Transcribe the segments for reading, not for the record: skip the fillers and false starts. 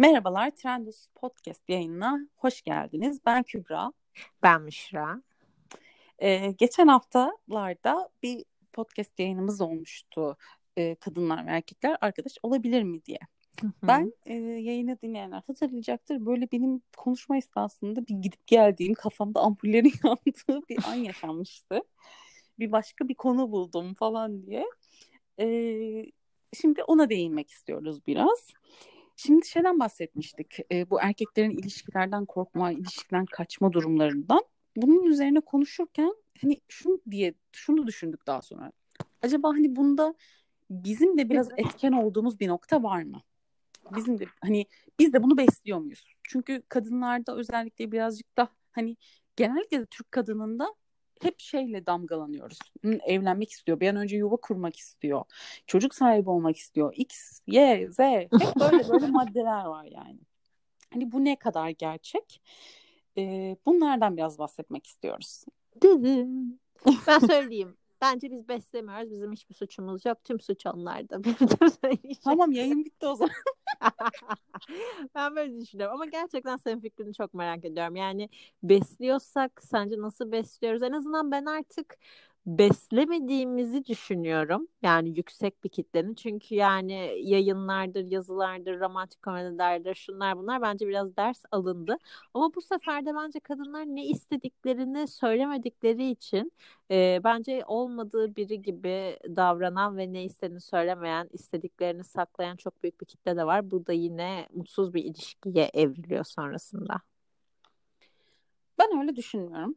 Merhabalar, Trendus Podcast yayınına hoş geldiniz. Ben Kübra. Ben Müşra. Geçen haftalarda bir podcast yayınımız olmuştu. Kadınlar ve erkekler arkadaş olabilir mi diye. Hı hı. Ben yayını dinleyenler hatırlayacaktır. Böyle benim konuşma esnasında bir gidip geldiğim, kafamda ampullerin yandığı bir an yaşanmıştı. Bir başka bir konu buldum falan diye. Şimdi ona değinmek istiyoruz biraz. Şimdi şeyden bahsetmiştik. Bu erkeklerin ilişkilerden korkma, ilişkiden kaçma durumlarından. Bunun üzerine konuşurken hani şunu düşündük daha sonra. Acaba hani bunda bizim de biraz etken olduğumuz bir nokta var mı? Bizim de hani biz de bunu besliyor muyuz? Çünkü kadınlarda özellikle birazcık da hani genellikle de Türk kadınında hep şeyle damgalanıyoruz. Evlenmek istiyor, bir an önce yuva kurmak istiyor, çocuk sahibi olmak istiyor. X, Y, Z hep böyle maddeler var yani. Hani bu ne kadar gerçek? Bunlardan biraz bahsetmek istiyoruz. Dedim. Ben söyleyeyim. Bence biz beslemiyoruz. Bizim hiçbir suçumuz yok. Tüm suç onlarda. Benim de söyleyeceğim. Tamam, yayın bitti o zaman. Ben böyle düşünüyorum ama gerçekten senin fikrini çok merak ediyorum. Yani besliyorsak sence nasıl besliyoruz? En azından ben artık beslemediğimizi düşünüyorum. Yani yüksek bir kitlenin. Çünkü yani yayınlardır, yazılardır, romantik komedilerdir, şunlar bunlar bence biraz ders alındı. Ama bu sefer de bence kadınlar ne istediklerini söylemedikleri için bence olmadığı biri gibi davranan ve ne istediğini söylemeyen, istediklerini saklayan çok büyük bir kitle de var. Bu da yine mutsuz bir ilişkiye evriliyor sonrasında. Ben öyle düşünmüyorum.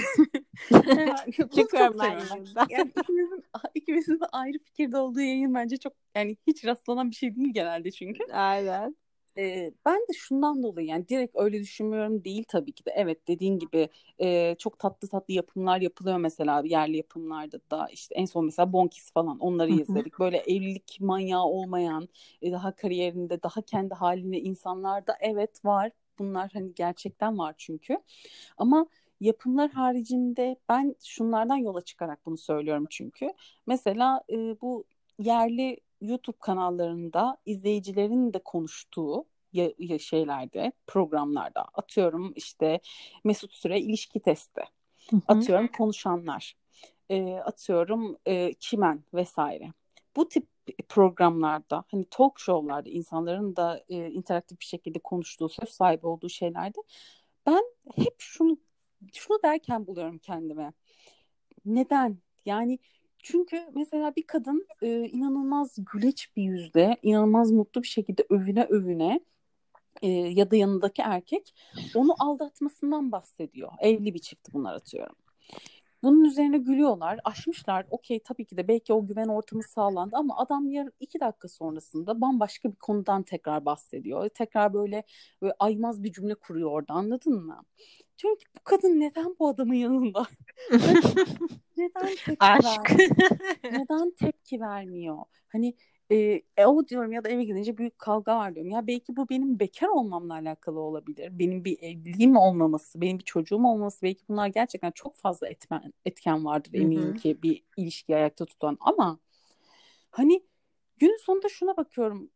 Bunu çok Çıkıyorum ben seviyorum ben. yayından. Yani ikimizin de ayrı fikirde olduğu yayın bence çok yani hiç rastlanan bir şey değil genelde çünkü. Aynen. Ben de şundan dolayı yani direkt öyle düşünmüyorum değil tabii ki de. Evet, dediğin gibi çok tatlı tatlı yapımlar yapılıyor mesela yerli yapımlarda da işte en son mesela Bonkis falan onları Hı hı. izledik. Böyle evlilik manyağı olmayan daha kariyerinde daha kendi halinde insanlar da evet var. Bunlar hani gerçekten var çünkü. Ama yapımlar haricinde ben şunlardan yola çıkarak bunu söylüyorum çünkü. Mesela bu yerli YouTube kanallarında izleyicilerin de konuştuğu şeylerde, programlarda atıyorum işte Mesut Süre ilişki testi, Hı hı. atıyorum konuşanlar, atıyorum Çimen vesaire. Bu tip programlarda hani talk show'larda insanların da interaktif bir şekilde konuştuğu, söz sahibi olduğu şeylerde ben hep şunu derken buluyorum kendime. Neden? Yani çünkü mesela bir kadın inanılmaz güleç bir yüzle, inanılmaz mutlu bir şekilde övüne övüne ya da yanındaki erkek onu aldatmasından bahsediyor. Evli bir çift bunlar atıyorum. Bunun üzerine gülüyorlar, aşmışlar. Okey, tabii ki de belki o güven ortamı sağlandı ama adam 2 dakika sonrasında bambaşka bir konudan tekrar bahsediyor. Tekrar böyle aymaz bir cümle kuruyor orada, anladın mı? Diyorum ki bu kadın neden bu adamın yanında? Hani neden tepki Aşk. vermiyor? Neden tepki vermiyor? Hani o diyorum ya da eve gidince büyük kavga var diyorum. Ya belki bu benim bekar olmamla alakalı olabilir. Benim bir evliliğim olmaması, benim bir çocuğum olması, belki bunlar gerçekten çok fazla etken vardır Hı eminim hı. ki bir ilişkiyi ayakta tutan. Ama hani günün sonunda şuna bakıyorum.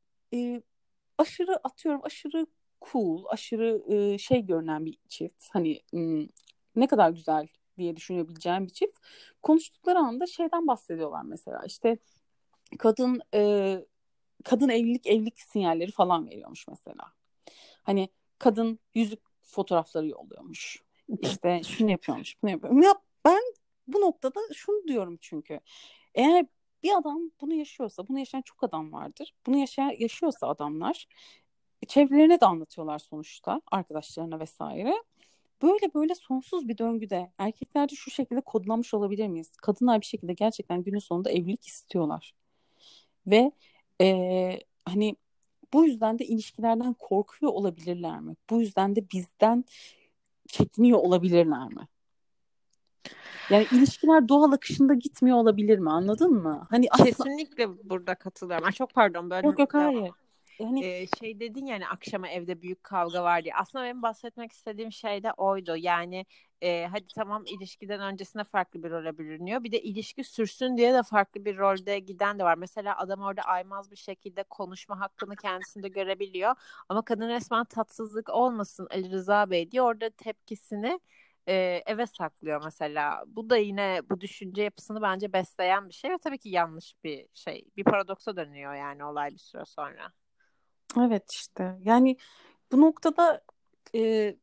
Aşırı cool, aşırı şey görünen bir çift. Hani ne kadar güzel diye düşünebileceğim bir çift. Konuştukları anda şeyden bahsediyorlar mesela. İşte kadın kadın evlilik sinyalleri falan veriyormuş mesela. Hani kadın yüzük fotoğrafları yolluyormuş. İşte şunu yapıyormuş, bunu yapıyormuş. Ya ben bu noktada şunu diyorum çünkü. Eğer bir adam bunu yaşıyorsa, bunu yaşayan çok adam vardır. Bunu yaşıyorsa adamlar çevrelerine de anlatıyorlar sonuçta, arkadaşlarına vesaire. Böyle sonsuz bir döngüde erkeklerde şu şekilde kodlanmış olabilir miyiz? Kadınlar bir şekilde gerçekten günün sonunda evlilik istiyorlar. Ve hani bu yüzden de ilişkilerden korkuyor olabilirler mi? Bu yüzden de bizden çekiniyor olabilirler mi? Yani ilişkiler doğal akışında gitmiyor olabilir mi? Anladın mı? Hani asla Kesinlikle burada katılıyorum. Ay, çok pardon yok bölüm yok devam. hayır. hani şey dedin yani akşama evde büyük kavga var diye. Aslında benim bahsetmek istediğim şey de oydu. Yani hadi tamam ilişkiden öncesinde farklı bir role bürünüyor. Bir de ilişki sürsün diye de farklı bir rolde giden de var. Mesela adam orada aymaz bir şekilde konuşma hakkını kendisinde görebiliyor. Ama kadın resmen tatsızlık olmasın Ali Rıza Bey diye orada tepkisini eve saklıyor mesela. Bu da yine bu düşünce yapısını bence besleyen bir şey ve tabii ki yanlış bir şey. Bir paradoksa dönüyor yani olay bir süre sonra. evet işte yani bu noktada e,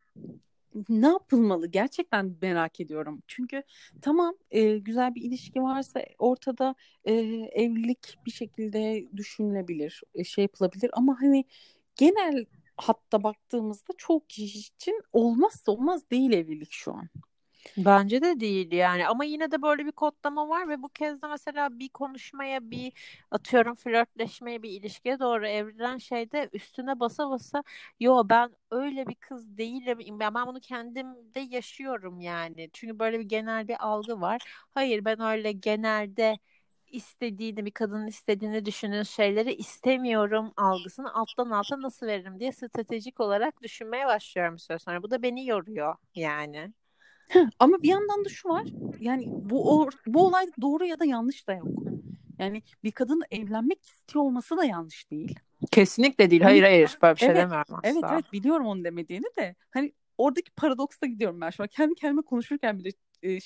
ne yapılmalı gerçekten merak ediyorum. Çünkü tamam güzel bir ilişki varsa ortada evlilik bir şekilde düşünülebilir, şey yapılabilir ama hani genel hatta baktığımızda çok kişi için olmazsa olmaz değil evlilik şu an. Bence de değil yani ama yine de böyle bir kodlama var ve bu kez de mesela bir konuşmaya bir atıyorum flörtleşmeye bir ilişkiye doğru evrilen şeyde üstüne basa basa yo ben öyle bir kız değilim ben bunu kendimde yaşıyorum yani çünkü böyle bir genel bir algı var hayır ben öyle genelde istediğini bir kadının istediğini düşündüğün şeyleri istemiyorum algısını alttan alta nasıl veririm diye stratejik olarak düşünmeye başlıyorum bir süre sonra bu da beni yoruyor yani. Ama bir yandan da şu var. Yani bu olay doğru ya da yanlış da yok. Yani bir kadının evlenmek istiyor olması da yanlış değil. Kesinlikle değil. Hayır Hani hayır. Böyle bir şey evet, demiyorum evet, asla. evet biliyorum onu demediğini de. Hani oradaki paradoksa gidiyorum ben şu an. Kendi kendime konuşurken bile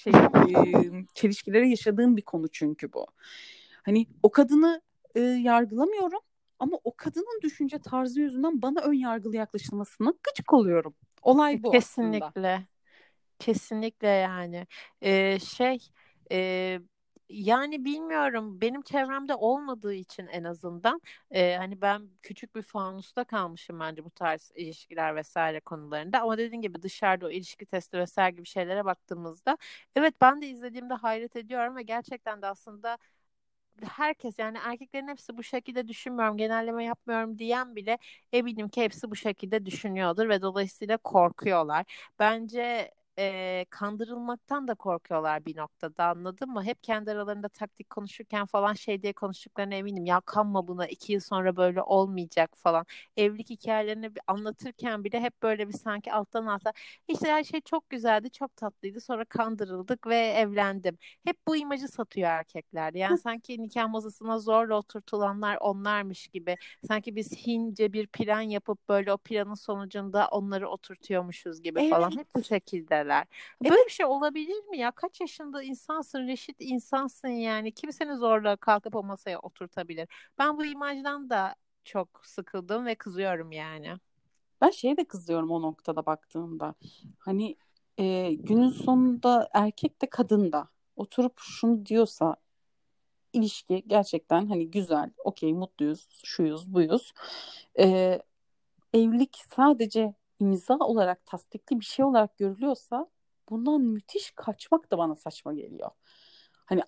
çelişkileri yaşadığım bir konu çünkü bu. Hani o kadını yargılamıyorum ama o kadının düşünce tarzı yüzünden bana ön yargılı yaklaşılmasına gıcık oluyorum. Olay bu aslında. Kesinlikle. Kesinlikle yani. Şey e, yani bilmiyorum benim çevremde olmadığı için en azından hani ben küçük bir fanusta kalmışım bence bu tarz ilişkiler vesaire konularında ama dediğin gibi dışarıda o ilişki testi vesaire gibi şeylere baktığımızda evet ben de izlediğimde hayret ediyorum ve gerçekten de aslında herkes yani erkeklerin hepsi bu şekilde düşünmüyorum, genelleme yapmıyorum diyen bile eminim ki hepsi bu şekilde düşünüyordur ve dolayısıyla korkuyorlar. Bence kandırılmaktan da korkuyorlar bir noktada anladın mı? Hep kendi aralarında taktik konuşurken falan şey diye konuştuklarına eminim. Ya kanma buna 2 yıl sonra böyle olmayacak falan. Evlilik hikayelerini anlatırken bile hep böyle bir sanki alttan alta işte her şey çok güzeldi, çok tatlıydı sonra kandırıldık ve evlendim. Hep bu imajı satıyor erkekler. Yani sanki nikah masasına zorla oturtulanlar onlarmış gibi. Sanki biz Hince bir plan yapıp böyle o planın sonucunda onları oturtuyormuşuz gibi falan. Evet, Hep bu şekildeler. Böyle evet. bir şey olabilir mi ya? Kaç yaşında insansın, reşit insansın yani. Kim seni zorla kalkıp o masaya oturtabilir? Ben bu imajdan da çok sıkıldım ve kızıyorum yani. Ben şeye de kızıyorum o noktada baktığımda. Hani günün sonunda erkek de kadın da oturup şunu diyorsa ilişki gerçekten hani güzel, okey, mutluyuz, şuyuz, buyuz. E, Evlilik sadece imza olarak tasdikli bir şey olarak görülüyorsa bundan müthiş kaçmak da bana saçma geliyor. Hani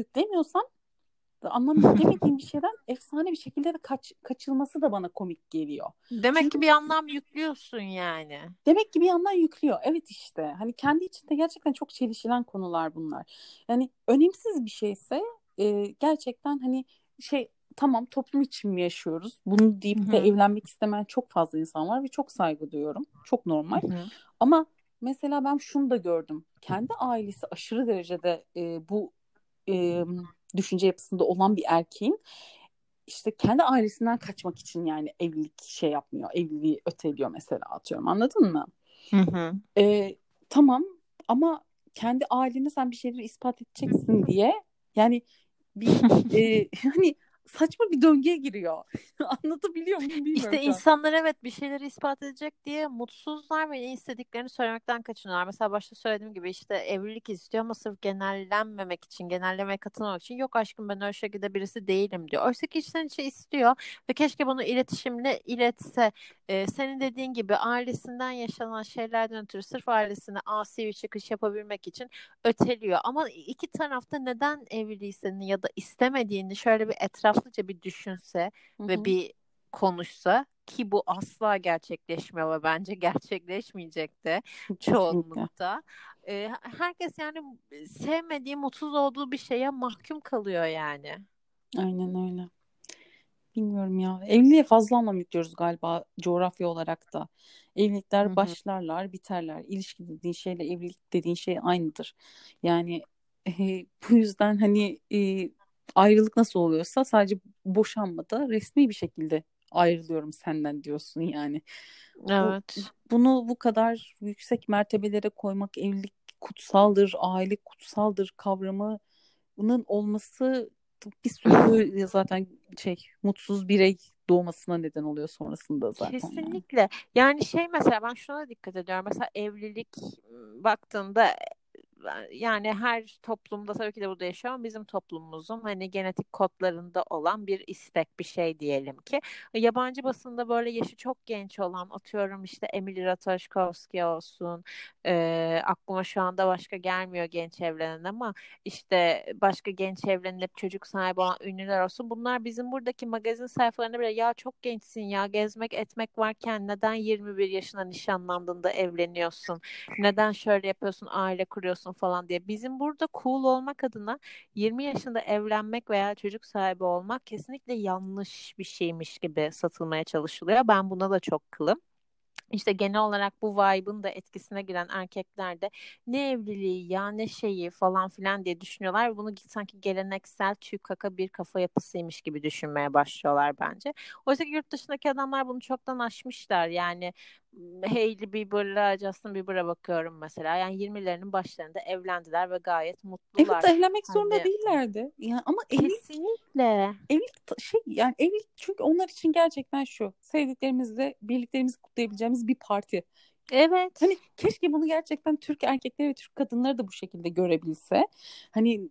anlam yüklemediğim bir şeyden efsane bir şekilde de kaçılması da bana komik geliyor. Demek Çünkü ki bir anlam yüklüyorsun yani. demek ki bir yandan yüklüyor. Evet işte. Hani kendi içinde gerçekten çok çelişilen konular bunlar. Yani önemsiz bir şeyse gerçekten hani şey tamam toplum için mi yaşıyoruz? Bunu Hı deyip de hı. evlenmek istemeyen çok fazla insan var ve çok saygı duyuyorum. Çok Hı normal. hı. Ama mesela ben şunu da gördüm. Kendi ailesi aşırı derecede bu e, düşünce yapısında olan bir erkeğin işte kendi ailesinden kaçmak için yani evlilik şey yapmıyor. Evliliği öteliyor mesela atıyorum. Anladın mı? Hı hı. Ee, tamam ama kendi ailene sen bir şeyleri ispat edeceksin diye yani bir hani saçma bir döngüye giriyor. Anlatabiliyor muyum bilmiyorum İşte şu an. insanlar evet bir şeyleri ispat edecek diye mutsuzlar ve ne istediklerini söylemekten kaçınıyorlar. Mesela başta söylediğim gibi işte evlilik istiyor ama sırf genellenmemek için, genellemeye katılmamak için yok aşkım ben öyle şekilde birisi değilim diyor. Oysa ki içten içe istiyor ve keşke bunu iletişimle iletse. Senin dediğin gibi ailesinden yaşanan şeylerden ötürü sırf ailesine asi bir çıkış yapabilmek için öteliyor. Ama iki tarafta neden evliyse ya da istemediğini şöyle bir etraflıca bir düşünse Hı ve hı. bir konuşsa ki bu asla gerçekleşmiyor ve bence gerçekleşmeyecek de Kesinlikle. çoğunlukta. Herkes yani sevmediği, mutsuz olduğu bir şeye mahkum kalıyor yani. Aynen öyle. Bilmiyorum ya. Evliliğe fazla anlam yüklüyoruz galiba coğrafya olarak da. Hı Evlilikler hı. başlarlar, biterler. İlişki dediğin şeyle evlilik dediğin şey aynıdır. Yani bu yüzden hani ayrılık nasıl oluyorsa sadece boşanmada resmi bir şekilde ayrılıyorum senden diyorsun yani. Bu Evet. bunu bu kadar yüksek mertebelere koymak, evlilik kutsaldır, aile kutsaldır kavramının olması bir sürü zaten mutsuz birey doğmasına neden oluyor sonrasında zaten yani. Kesinlikle. Yani şey, mesela ben şuna dikkat ediyorum. Mesela evlilik baktığında, yani her toplumda tabii ki de bu değişiyor ama bizim toplumumuzun hani genetik kodlarında olan bir istek, bir şey diyelim ki. Yabancı basında böyle yaşı çok genç olan, atıyorum işte Emily Ratajkowski olsun, aklıma şu anda başka gelmiyor genç evlenen ama işte başka genç evlenip çocuk sahibi olan ünlüler olsun. Bunlar bizim buradaki magazin sayfalarında bile ya çok gençsin ya, gezmek etmek varken neden 21 yaşına nişanlandığında evleniyorsun? Neden şöyle yapıyorsun, aile kuruyorsun falan diye. Bizim burada cool olmak adına 20 yaşında evlenmek veya çocuk sahibi olmak kesinlikle yanlış bir şeymiş gibi satılmaya çalışılıyor. Ben buna da çok kılım. İşte genel olarak bu vibe'ın da etkisine giren erkekler de ne evliliği ya ne şeyi falan filan diye düşünüyorlar ve bunu sanki geleneksel tüy kaka bir kafa yapısıymış gibi düşünmeye başlıyorlar bence. Oysa ki yurt dışındaki adamlar bunu çoktan aşmışlar. Yani Hailey Bieber'la Justin Bieber'a bakıyorum mesela. Yani 20'lerinin başlarında evlendiler ve gayet Evet, mutlular. evlenmek zorunda Hani değillerdi. Yani ama kesinlikle. yani evlilik çünkü onlar için gerçekten şu sevdiklerimizle birliklerimizi kutlayabileceğimiz bir parti. Evet. Hani keşke bunu gerçekten Türk erkekleri ve Türk kadınları da bu şekilde görebilse. Hani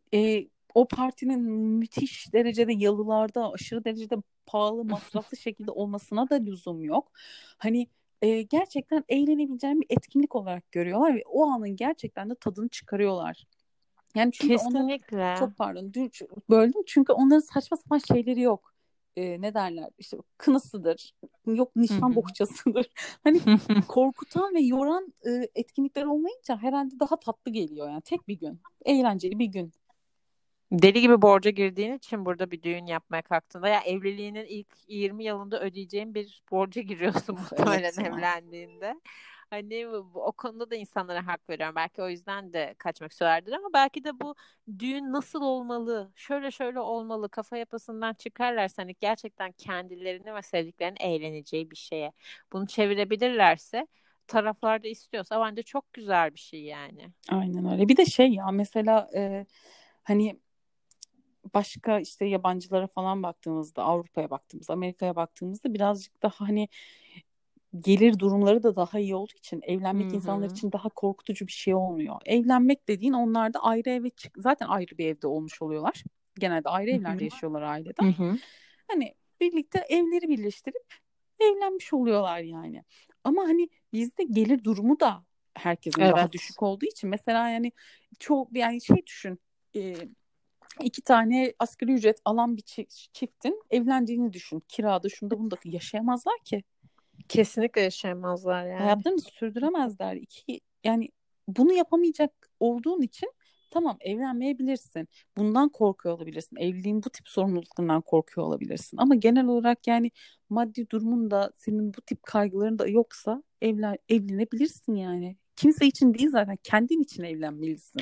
o partinin müthiş derecede yalılarda, aşırı derecede pahalı, masraflı şekilde olmasına da lüzum yok. Hani gerçekten eğlenebileceğim bir etkinlik olarak görüyorlar ve o anın gerçekten de tadını çıkarıyorlar. Yani çünkü onlar Kesinlikle. çok pardon böldüm çünkü onların saçma sapan şeyleri yok. Ne derler işte kınasıdır, yok Hı nişan hı. bohçasıdır. Hani korkutan ve yoran etkinlikler olmayınca herhalde daha tatlı geliyor yani tek bir gün. Eğlenceli bir gün. Deli gibi borca girdiğin için burada bir düğün yapmaya kalktığında, ya evliliğinin ilk 20 yılında ödeyeceğin bir borca giriyorsun Of, muhtemelen evet ya. evlendiğinde. Hani o konuda da insanlara hak veriyorum. Belki o yüzden de kaçmak istiyorlardır ama belki de bu düğün nasıl olmalı, şöyle şöyle olmalı kafa yapısından çıkarlarsa, hani gerçekten kendilerini ve sevdiklerini eğleneceği bir şeye bunu çevirebilirlerse, taraflar da istiyorsa, bence çok güzel bir şey yani. Aynen öyle. Bir de ya mesela hani başka işte yabancılara falan baktığımızda, Avrupa'ya baktığımızda, Amerika'ya baktığımızda birazcık daha hani gelir durumları da daha iyi olduğu için evlenmek Hı insanlar hı. için daha korkutucu bir şey olmuyor. Evlenmek dediğin onlar da ayrı eve zaten ayrı bir evde olmuş oluyorlar. Genelde ayrı Hı evlerde hı. yaşıyorlar aileden. Hı hı. Hani birlikte evleri birleştirip evlenmiş oluyorlar yani. Ama hani bizde gelir durumu da herkesin daha Evet. düşük olduğu için mesela yani çok yani düşün. e, iki tane asgari ücret alan bir çiftin evlendiğini düşün. Kirada şunda bunda yaşayamazlar ki. Kesinlikle yaşayamazlar yani. Hayatlarını sürdüremezler. Yani bunu yapamayacak olduğun için tamam evlenmeyebilirsin. Bundan korkuyor olabilirsin. Evliliğin bu tip sorumluluklarından korkuyor olabilirsin. Ama genel olarak yani maddi durumun da senin bu tip kaygıların da yoksa evlenebilirsin yani. Kimse için değil zaten kendin için evlenmelisin.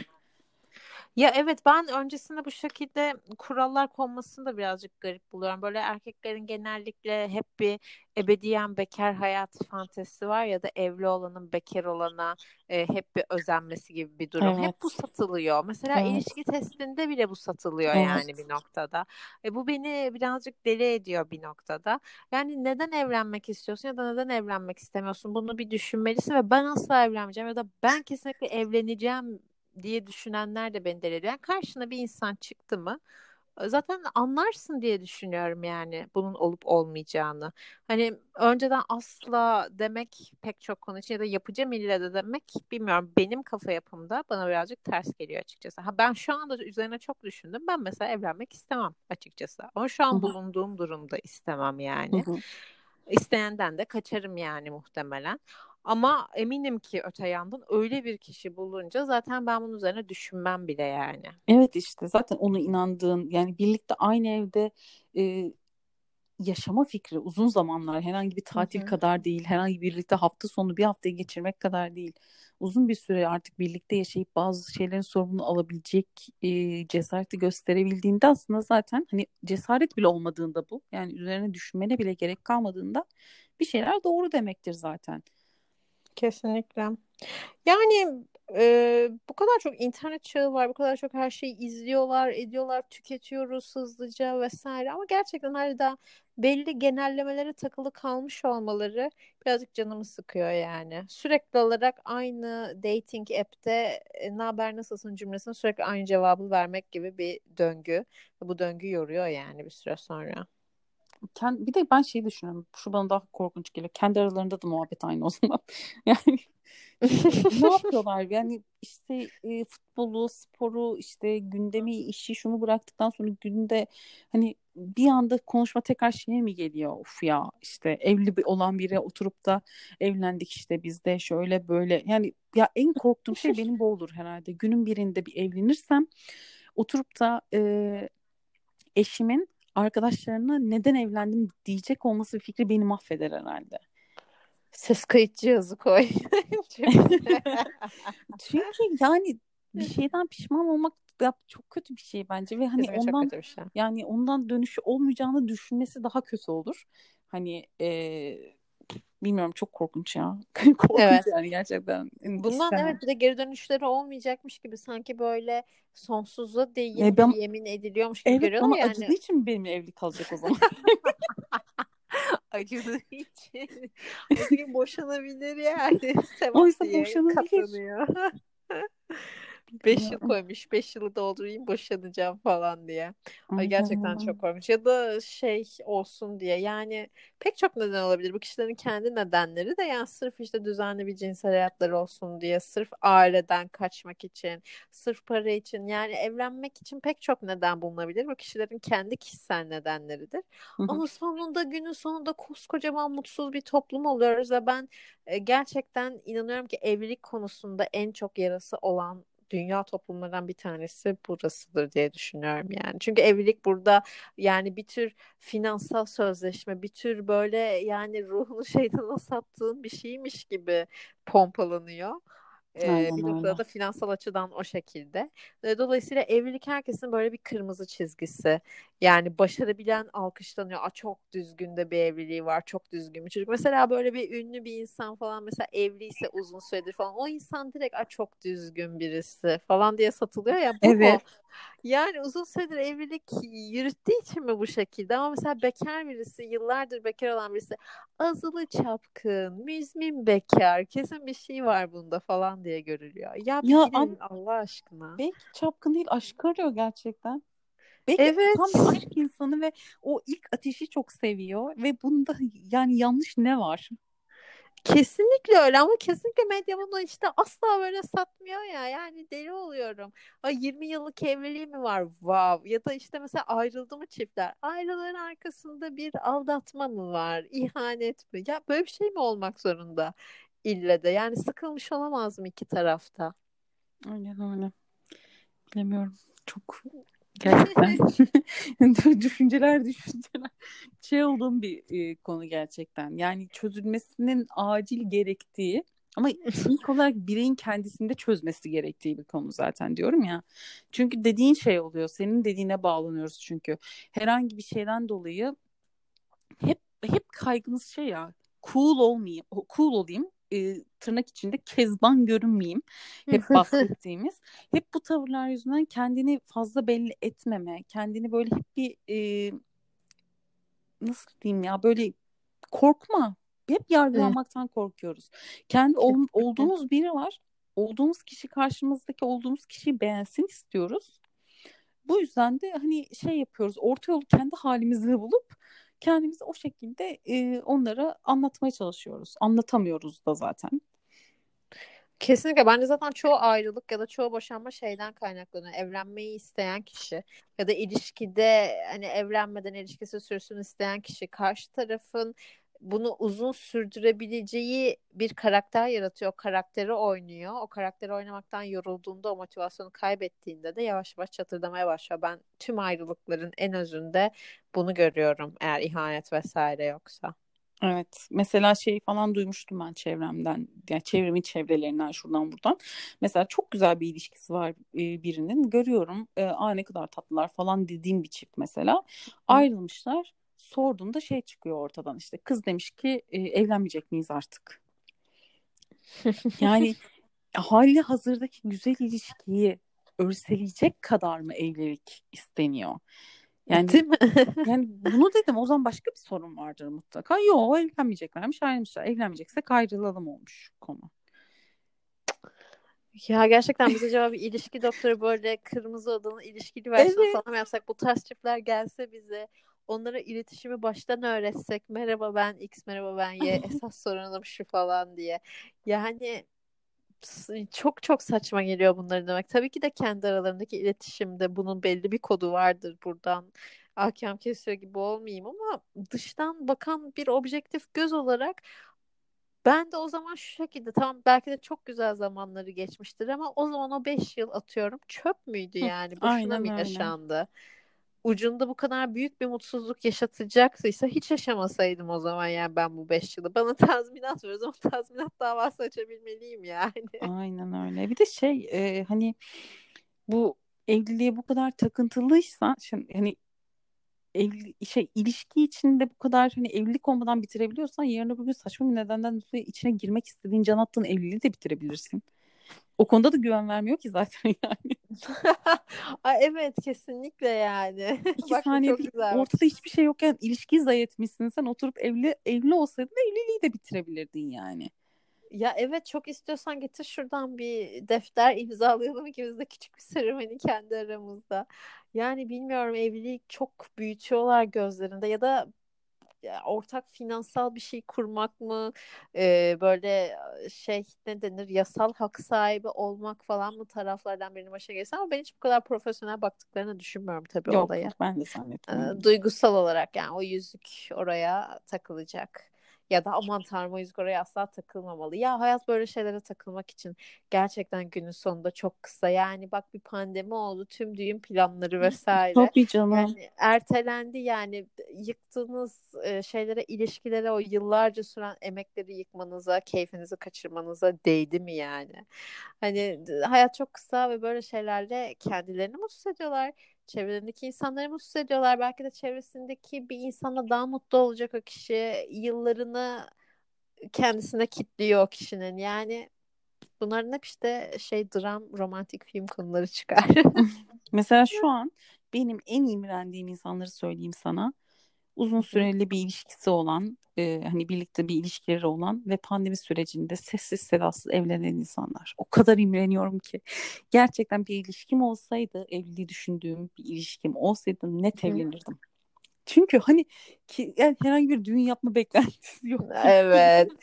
Ya evet, ben öncesinde bu şekilde kurallar konmasını da birazcık garip buluyorum. Böyle erkeklerin genellikle hep bir ebediyen bekar hayatı fantezisi var ya da evli olanın bekar olana hep bir özenmesi gibi bir durum. Hep bu Evet. satılıyor. Mesela Evet. ilişki testinde bile bu satılıyor yani Evet. bir noktada. Bu beni birazcık deli ediyor bir noktada. Yani neden evlenmek istiyorsun ya da neden evlenmek istemiyorsun? Bunu bir düşünmelisin ve ben asla evlenmeyeceğim ya da ben kesinlikle evleneceğim diye düşünenler de beni deli ediyor. Yani karşına bir insan çıktı mı zaten anlarsın diye düşünüyorum yani bunun olup olmayacağını. Hani önceden asla demek pek çok konu için ya da yapacağım ille de demek, bilmiyorum, benim kafa yapımda bana birazcık ters geliyor açıkçası. Ha, ben şu anda üzerine çok düşündüm. Ben mesela evlenmek istemem açıkçası. Ama şu Hı an hı. bulunduğum durumda istemem Hı yani. hı. İsteyenden de kaçarım yani muhtemelen. Ama eminim ki öte yandan öyle bir kişi bulunca zaten ben bunun üzerine düşünmem bile yani. Evet işte zaten onu inandığın yani birlikte aynı evde yaşama fikri uzun zamanlar, herhangi bir Hı tatil hı. kadar değil, herhangi birlikte hafta sonu bir haftayı geçirmek kadar değil. Uzun bir süre artık birlikte yaşayıp bazı şeylerin sorumluluğunu alabilecek cesareti gösterebildiğinde, aslında zaten hani cesaret bile olmadığında, bu yani üzerine düşünmene bile gerek kalmadığında bir şeyler doğru demektir zaten. Kesinlikle. Yani bu kadar çok internet çağı var, bu kadar çok her şeyi izliyorlar, ediyorlar, tüketiyoruz hızlıca vesaire. Ama gerçekten hala belli genellemelere takılı kalmış olmaları birazcık canımı sıkıyor yani. Sürekli olarak aynı dating app'te ne haber nasılsın cümlesine sürekli aynı cevabı vermek gibi bir döngü. Bu döngü yoruyor yani bir süre sonra. Bir de ben şeyi düşünüyorum. Şu bana daha korkunç geliyor. Kendi aralarında da muhabbet aynı o zaman. Yani çünkü ne yapıyorlar? Yani işte futbolu, sporu, işte gündemi, işi, şunu bıraktıktan sonra günde hani bir anda konuşma tekrar şeye mi geliyor? Uf ya, işte evli olan biri oturup da evlendik işte biz de şöyle böyle. Yani ya, en korktuğum şey benim bu olur herhalde. Günün birinde bir evlenirsem oturup da eşimin arkadaşlarına neden evlendim diyecek olması fikri beni mahveder herhalde. Ses kayıt cihazı koy cebine. Çünkü yani bir şeyden pişman olmak da çok kötü bir şey bence ve hani Kesinlikle çok ondan, kötü bir şey. yani ondan dönüşü olmayacağını düşünmesi daha kötü olur. Hani bilmiyorum, çok korkunç ya. Korkunç Evet. yani, gerçekten. Yani Bundan istemem. evet bir de geri dönüşleri olmayacakmış gibi sanki böyle sonsuza değin bir Ben, yemin ediliyormuş gibi evet, görüyorlar bana acıdığı yani. için mi benimle evli kalacak o zaman? Acıdığı için. Acıdığı için boşanabilir yani. Oysa Sebastian boşanabilir. katlanıyor. 5 yıl Bilmiyorum. koymuş. 5 yılı doldurayım boşanacağım falan diye. Ay Aynen gerçekten öyle. çok korkunç. Ya da şey olsun diye. Yani pek çok neden olabilir. Bu kişilerin kendi nedenleri de yani sırf işte düzenli bir cinsel hayatları olsun diye, sırf aileden kaçmak için, sırf para için yani evlenmek için pek çok neden bulunabilir. Bu kişilerin kendi kişisel nedenleridir. Hı hı. Ama sonunda günün sonunda koskocaman mutsuz bir toplum oluyoruz ve ben gerçekten inanıyorum ki evlilik konusunda en çok yarası olan dünya toplumlarından bir tanesi burasıdır diye düşünüyorum yani. Çünkü evlilik burada yani bir tür finansal sözleşme, bir tür böyle yani ruhunu şeytana sattığın bir şeymiş gibi pompalanıyor. Aynen Bir öyle. noktada da finansal açıdan o şekilde. Dolayısıyla evlilik herkesin böyle bir kırmızı çizgisi. Yani başarabilen alkışlanıyor. Aa, çok düzgün de bir evliliği var. Çok düzgün bir çocuk. Mesela böyle bir ünlü bir insan falan mesela evliyse uzun süredir falan. O insan direkt Aa, çok düzgün birisi falan diye satılıyor ya. Bu mu? Evet. Yani uzun süredir evlilik yürüttüğü için mi bu şekilde? Ama mesela bekar birisi, yıllardır bekar olan birisi azılı çapkın, müzmin bekar, kesin bir şey var bunda falan diye görülüyor. Ya bir Ya gidin Allah aşkına. belki çapkın değil, aşk arıyor gerçekten. Belki tam Evet. bir aşk insanı ve o ilk ateşi çok seviyor ve bunda yani yanlış ne var? Kesinlikle öyle ama kesinlikle medya bunu işte asla böyle satmıyor ya. Yani deli oluyorum. Ay 20 yıllık evliliği mi var? Wow. Ya da işte mesela ayrıldı mı çiftler? Ayrılığın arkasında bir aldatma mı var? İhanet mi? Ya böyle bir şey mi olmak zorunda? İlle de. Yani sıkılmış olamaz mı iki tarafta? Aynen öyle. Bilemiyorum. Çok gerçekten düşünceler şey olduğum bir konu gerçekten. Yani çözülmesinin acil gerektiği ama ilk olarak bireyin kendisinde çözmesi gerektiği bir konu zaten, diyorum ya. Çünkü dediğin şey oluyor. Senin dediğine bağlanıyoruz çünkü. Herhangi bir şeyden dolayı hep kaygımız şey ya, cool olmayayım, cool olayım, tırnak içinde kezban görünmeyeyim, hep bahsettiğimiz, hep bu tavırlar yüzünden kendini fazla belli etmeme, kendini böyle hep bir nasıl diyeyim ya, böyle korkma, hep Hı, yargılanmaktan korkuyoruz. Kendi kesinlikle. olduğumuz biri var, olduğumuz kişi, karşımızdaki olduğumuz kişiyi beğensin istiyoruz. Bu yüzden de hani şey yapıyoruz, orta yolu kendi halimizde bulup kendimizi o şekilde onlara anlatmaya çalışıyoruz. Anlatamıyoruz da zaten. Kesinlikle. Bence zaten çoğu ayrılık ya da çoğu boşanma şeyden kaynaklanıyor. Evlenmeyi isteyen kişi ya da ilişkide hani evlenmeden ilişkisi sürsün isteyen kişi karşı tarafın bunu uzun sürdürebileceği bir karakter yaratıyor. O karakteri oynuyor. O karakteri oynamaktan yorulduğunda, o motivasyonu kaybettiğinde de yavaş yavaş çatırdamaya başlıyor. Ben tüm ayrılıkların en özünde bunu görüyorum, eğer ihanet vesaire yoksa. Evet. Mesela şeyi falan duymuştum ben çevremden. Yani çevremin çevrelerinden şuradan buradan. Mesela çok güzel bir ilişkisi var birinin. Görüyorum. Aa ne kadar tatlılar falan dediğim bir çift mesela. Hı. Ayrılmışlar. Sorduğunda şey çıkıyor ortadan işte. Kız demiş ki evlenmeyecek miyiz artık? Yani hali hazırdaki güzel ilişkiyi örseleyecek kadar mı evlilik isteniyor? Yani Değil mi? bunu dedim, o zaman başka bir sorun vardır mutlaka. Yok, evlenmeyeceklermiş, ayrılmışlar. Evlenmeyeceksek ayrılalım olmuş konu. Ya gerçekten biz acaba bir ilişki doktoru, böyle Kırmızı Oda'nın ilişkili versiyonu Evet. falan mı yapsak? Bu tarz çiftler gelse bize, onlara iletişimi baştan öğretsek. Merhaba ben X, merhaba ben Y, esas sorunum şu falan diye. Yani çok çok saçma geliyor bunları demek. Tabii ki de kendi aralarındaki iletişimde bunun belli bir kodu vardır. Buradan ahkam kesiyor gibi olmayayım ama dıştan bakan bir objektif göz olarak ben de o zaman şu şekilde, tamam belki de çok güzel zamanları geçmiştir ama o zaman o 5 yıl atıyorum çöp müydü Hı, yani? Boşuna aynen mı öyle. yaşandı? Ucunda bu kadar büyük bir mutsuzluk yaşatacaksıysa hiç yaşamasaydım o zaman, yani ben bu 5 yılı. Bana tazminat ver, o zaman tazminat davası açabilmeliyim yani. Aynen öyle. Bir de şey hani bu evliliğe bu kadar takıntılıysan şimdi hani ilişki içinde bu kadar hani evlilik olmadan bitirebiliyorsan yarın öbür gün saçma bir nedenden dolayı içine girmek istediğin can attığın evliliği de bitirebilirsin. O konuda da güven vermiyor ki zaten yani. Ay, evet kesinlikle yani. İki Bak bu saniye çok bir güzel ortada bakış. hiçbir şey yokken ilişkiyi zayi etmişsin. Sen oturup evli olsaydın evliliği de bitirebilirdin yani. Ya evet, çok istiyorsan getir şuradan bir defter imzalayalım ikimiz de, küçük bir seremoni kendi aramızda. Yani bilmiyorum, evlilik çok büyütüyorlar gözlerinde, ya da ya ortak finansal bir şey kurmak mı, böyle şey ne denir, yasal hak sahibi olmak falan mı taraflardan birinin başına gelirse, ama ben hiç bu kadar profesyonel baktıklarını düşünmüyorum tabii Yok olaya. yok, ben de zannetmiyorum. Duygusal olarak yani o yüzük oraya takılacak. Ya da aman tanrım, o yüzük oraya asla takılmamalı. Ya hayat böyle şeylere takılmak için gerçekten günün sonunda çok kısa. Yani bak, bir pandemi oldu. Tüm düğün planları vesaire. Tabii canım. Yani ertelendi, yani yıktığınız şeylere, ilişkilere, o yıllarca süren emekleri yıkmanıza, keyfinizi kaçırmanıza değdi mi yani? Hani hayat çok kısa ve böyle şeylerle kendilerini mutsuz ediyorlar. Çevrelerindeki insanları mutsuz ediyorlar. Belki de çevresindeki bir insanla daha mutlu olacak o kişi. Yıllarını kendisine kilitliyor o kişinin. Yani bunların hep işte şey, dram, romantik film konuları çıkar. Mesela şu an benim en imrendiğim insanları söyleyeyim sana. Uzun süreli bir ilişkisi olan, hani birlikte bir ilişkileri olan ve pandemi sürecinde sessiz sedasız evlenen insanlar. O kadar imreniyorum ki. Gerçekten bir ilişkim olsaydı, evliliği düşündüğüm bir ilişkim olsaydı net evlenirdim. Çünkü hani ki yani herhangi bir düğün yapma beklentisi yok kimsenin. Evet,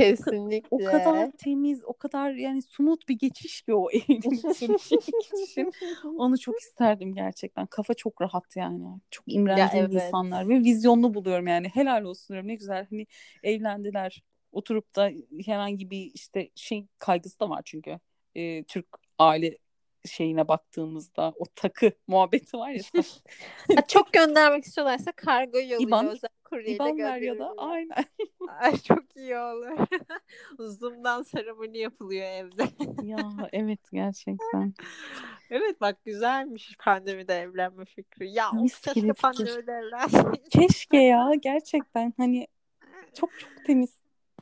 O kadar kesinlikle. temiz, o kadar yani smooth bir geçiş ki o evlilik süreci geçişin. Onu çok isterdim gerçekten. Kafa çok rahat yani. Çok Ya imrendiğim evet. insanlar ve vizyonlu buluyorum yani. Helal olsun diyorum. Ne güzel hani evlendiler. Oturup da herhangi bir işte şey kaygısı da var çünkü. Türk aile şeyine baktığımızda o takı muhabbeti var ya. Ha, çok göndermek istiyorlarsa kargo yoluyla, İban, özel kuryeyle İban ver ya da gönderebilirler. aynen. Ay çok iyi olur. Zoom'dan seremoni yapılıyor evde. Ya evet, gerçekten. Evet bak, güzelmiş pandemide evlenme fikri. Ya of, Mis keşke gibi fikir. pandemide evlenseydik. Keşke ya, gerçekten hani çok çok temiz.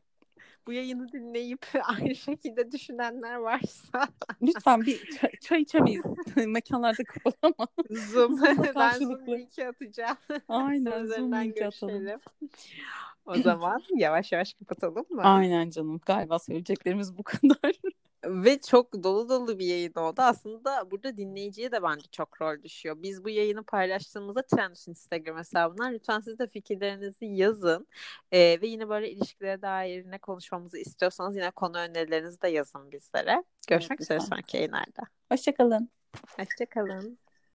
Bu yayını dinleyip aynı şekilde düşünenler varsa Lütfen bir çay içemeyiz. Mekanlarda kapalı ama Zoom, Zoom'da ben Zoom karşılıklı. linki atacağım. Zoom Aynen, Zoom üzerinden linki atalım. görüşelim. O zaman yavaş yavaş kapatalım mı? Aynen canım. Galiba söyleyeceklerimiz bu kadar. Ve çok dolu dolu bir yayın oldu. Aslında burada dinleyiciye de bence çok rol düşüyor. Biz bu yayını paylaştığımızda Trendus Instagram hesabından lütfen siz de fikirlerinizi yazın. Ve yine böyle ilişkilere dair ne konuşmamızı istiyorsanız yine konu önerilerinizi de yazın bizlere. Evet, Görüşmek üzere lütfen. sonraki yayınlarda. Hoşça kalın. Hoşçakalın.